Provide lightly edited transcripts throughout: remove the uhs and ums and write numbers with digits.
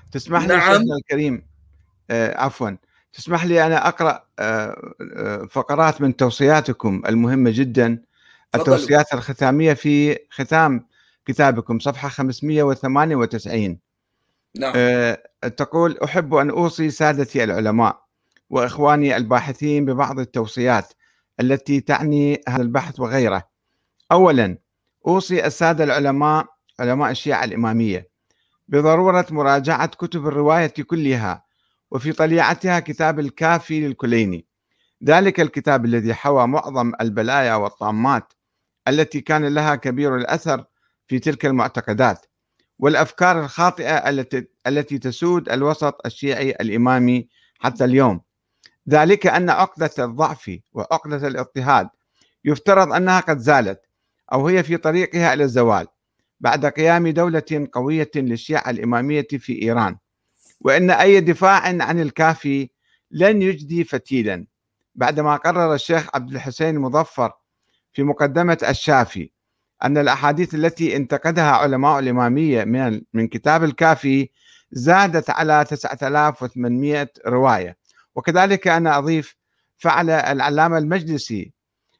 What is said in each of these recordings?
تسمح لي نعم. شيخنا الكريم، عفوا، تسمح لي أنا أقرأ فقرات من توصياتكم المهمة جدا، تفضلوا. التوصيات الختامية في ختام كتابكم صفحة 598. نعم. تقول: أحب أن أوصي سادتي العلماء وإخواني الباحثين ببعض التوصيات التي تعني هذا البحث وغيره. أولا، أوصي السادة العلماء، علماء الشيعة الإمامية، بضرورة مراجعة كتب الرواية كلها، وفي طليعتها كتاب الكافي للكليني، ذلك الكتاب الذي حوى معظم البلايا والطامات التي كان لها كبير الأثر في تلك المعتقدات والأفكار الخاطئة التي تسود الوسط الشيعي الإمامي حتى اليوم، ذلك أن عقدة الضعف وعقدة الاضطهاد يفترض أنها قد زالت أو هي في طريقها إلى الزوال بعد قيام دولة قوية للشيعة الإمامية في إيران، وأن أي دفاع عن الكافي لن يجدي فتيلا، بعدما قرر الشيخ عبد الحسين المظفر في مقدمة الشافي أن الأحاديث التي انتقدها علماء الإمامية من كتاب الكافي زادت على 9800 رواية. وكذلك أنا أضيف: فعل العلامة المجلسي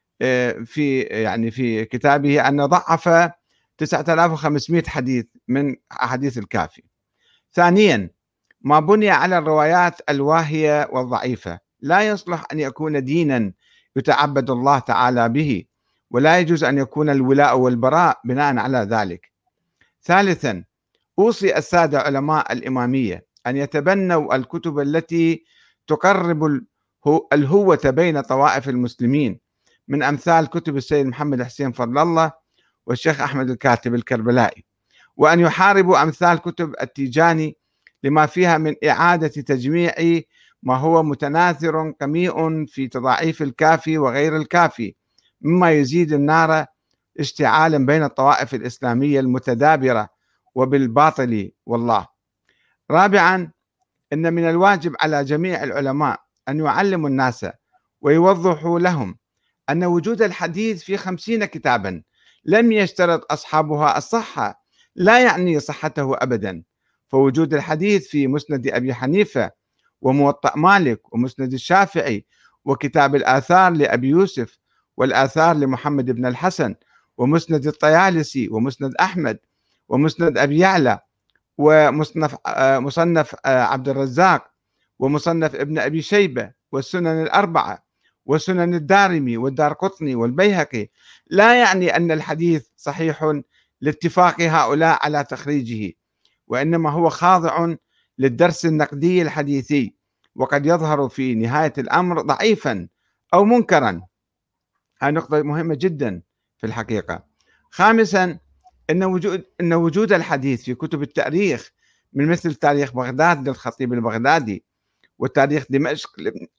في كتابه أن ضعف 9500 حديث من أحاديث الكافي. ثانيا، ما بني على الروايات الواهية والضعيفة لا يصلح أن يكون دينا يتعبد الله تعالى به، ولا يجوز أن يكون الولاء والبراء بناء على ذلك. ثالثا، أوصي السادة علماء الإمامية أن يتبنوا الكتب التي تقرب الهوة بين طوائف المسلمين، من أمثال كتب السيد محمد حسين فضل الله والشيخ أحمد الكاتب الكربلائي، وأن يحاربوا أمثال كتب التيجاني لما فيها من إعادة تجميع ما هو متناثر قميء في تضعيف الكافي وغير الكافي، مما يزيد النار اشتعالا بين الطوائف الإسلامية المتدابرة وبالباطل والله. رابعا، إن من الواجب على جميع العلماء أن يعلموا الناس ويوضحوا لهم أن وجود الحديث في 50 كتابا لم يشترط أصحابها الصحة، لا يعني صحته أبدا، فوجود الحديث في مسند أبي حنيفة وموطأ مالك ومسند الشافعي وكتاب الآثار لأبي يوسف والآثار لمحمد بن الحسن ومسند الطيالسي ومسند أحمد ومسند أبي يعلى ومصنف مصنف عبد الرزاق ومصنف ابن أبي شيبة والسنن الأربعة وسنن الدارمي والدارقطني والبيهقي، لا يعني أن الحديث صحيح لاتفاق هؤلاء على تخريجه، وإنما هو خاضع للدرس النقدي الحديثي، وقد يظهر في نهاية الأمر ضعيفا أو منكرا. هذه نقطة مهمة جدا في الحقيقة. خامسا، إن وجود الحديث في كتب التاريخ من مثل تاريخ بغداد للخطيب البغدادي وتاريخ دمشق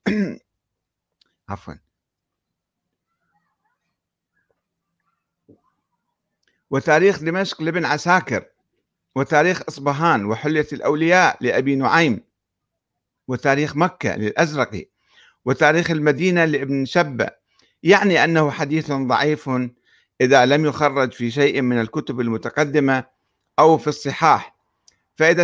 عفوا وتاريخ دمشق لابن عساكر، وتاريخ إصبهان وحلية الأولياء لأبي نعيم، وتاريخ مكة للأزرقي، وتاريخ المدينة لابن شبة، يعني أنه حديث ضعيف إذا لم يخرج في شيء من الكتب المتقدمة أو في الصحاح. فإذا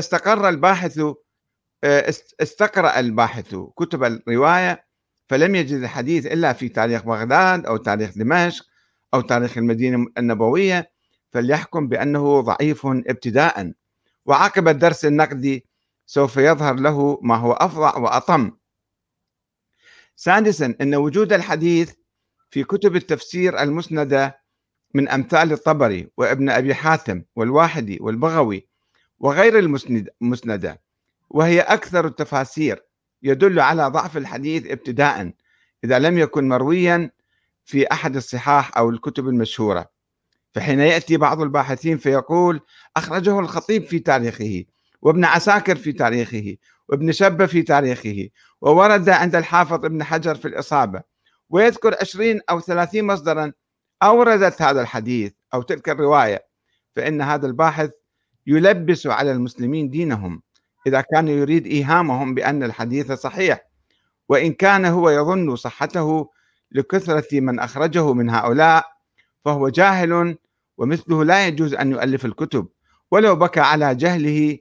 استقرأ الباحث كتب الرواية فلم يجد الحديث إلا في تاريخ بغداد أو تاريخ دمشق أو تاريخ المدينة النبوية، فليحكم بأنه ضعيف ابتداء، وعقب الدرس النقدي سوف يظهر له ما هو أفظع وأطم. سادسا، أن وجود الحديث في كتب التفسير المسندة من أمثال الطبري وابن أبي حاتم والواحدي والبغوي وغير المسندة، وهي أكثر التفاسير، يدل على ضعف الحديث ابتداء إذا لم يكن مرويا في أحد الصحاح أو الكتب المشهورة. فحين يأتي بعض الباحثين فيقول: أخرجه الخطيب في تاريخه، وابن عساكر في تاريخه، وابن شبة في تاريخه، وورد عند الحافظ ابن حجر في الإصابة، ويذكر 20 أو 30 مصدرا أوردت هذا الحديث أو تلك الرواية، فإن هذا الباحث يلبس على المسلمين دينهم إذا كان يريد إيهامهم بأن الحديث صحيح، وإن كان هو يظن صحته لكثرة من أخرجه من هؤلاء فهو جاهل، ومثله لا يجوز أن يؤلف الكتب ولو بكى على جهله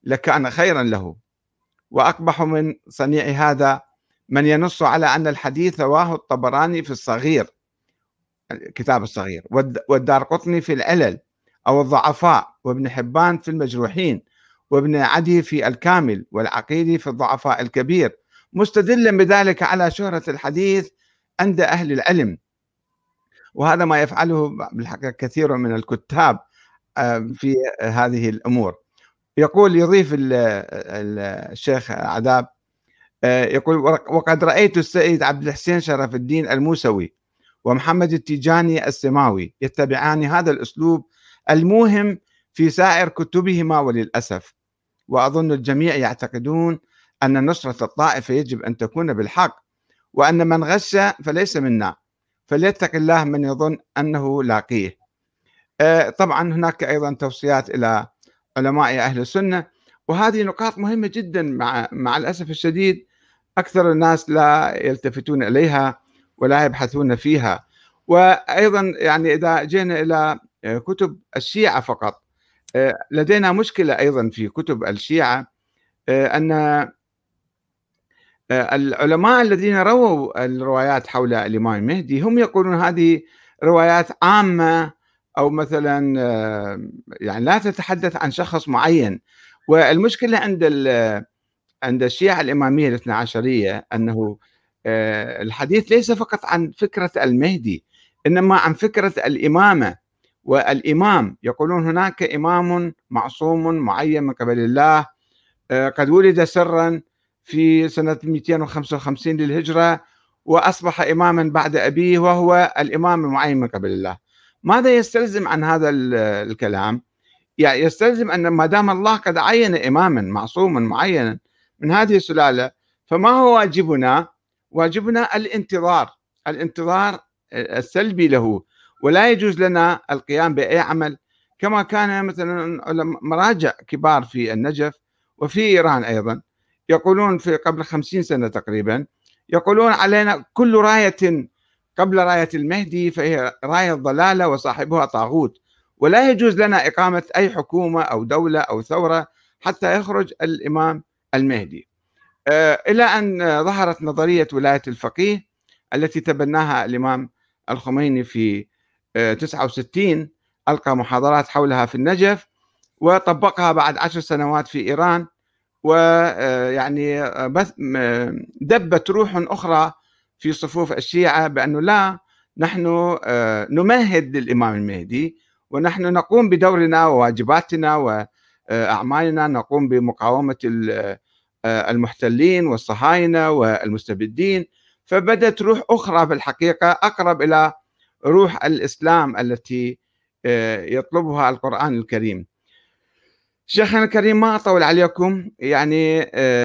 لكان خيرا له. وأقبح من صنيع هذا من ينص على أن الحديث رواه الطبراني في الصغير، الكتاب الصغير، والدارقطني في العلل أو الضعفاء، وابن حبان في المجروحين، وابن عدي في الكامل، والعقيلي في الضعفاء الكبير، مستدلا بذلك على شهرة الحديث عند أهل العلم. وهذا ما يفعله بالحقيقة كثير من الكتاب في هذه الأمور. يقول، يضيف الشيخ عذاب، يقول: وقد رأيت السيد عبد الحسين شرف الدين الموسوي ومحمد التيجاني السماوي يتبعان هذا الأسلوب الموهم في سائر كتبهما، وللأسف. وأظن الجميع يعتقدون أن نصرة الطائفة يجب أن تكون بالحق، وأن من غش فليس منا، فليتق الله من يظن أنه لاقيه. طبعا هناك أيضا توصيات إلى علماء أهل السنة، وهذه نقاط مهمة جدا. مع الأسف الشديد أكثر الناس لا يلتفتون إليها ولا يبحثون فيها. وأيضا يعني إذا جينا إلى كتب الشيعة فقط، لدينا مشكلة أيضا في كتب الشيعة، أن العلماء الذين رووا الروايات حول الإمام المهدي هم يقولون هذه روايات عامة، أو مثلا يعني لا تتحدث عن شخص معين. والمشكلة عند الشيعة الإمامية الاثنى عشرية أنه الحديث ليس فقط عن فكرة المهدي، إنما عن فكرة الإمامة والإمام. يقولون هناك إمام معصوم معين من قبل الله، قد ولد سرا في سنة 255 للهجرة، وأصبح إماما بعد أبيه، وهو الإمام المعين من قبل الله. ماذا يستلزم عن هذا الكلام؟ يعني يستلزم أن ما دام الله قد عين إماما معصوما معينا من هذه السلالة، فما هو واجبنا؟ واجبنا الانتظار السلبي له، ولا يجوز لنا القيام بأي عمل، كما كان مثلا مراجع كبار في النجف وفي إيران أيضا يقولون في قبل 50 سنة تقريبا، يقولون علينا كل راية قبل راية المهدي فهي راية ضلالة وصاحبها طاغوت، ولا يجوز لنا إقامة أي حكومة أو دولة أو ثورة حتى يخرج الإمام المهدي. إلى أن ظهرت نظرية ولاية الفقيه التي تبناها الإمام الخميني في 69، ألقى محاضرات حولها في النجف وطبقها بعد 10 سنوات في إيران، ويعني دبت روح أخرى في صفوف الشيعة بأنه لا، نحن نمهد للإمام المهدي، ونحن نقوم بدورنا وواجباتنا وأعمالنا، نقوم بمقاومة المحتلين والصهاينة والمستبدين. فبدت روح أخرى في الحقيقة أقرب إلى روح الإسلام التي يطلبها القرآن الكريم. شيخنا الكريم، ما أطول عليكم، يعني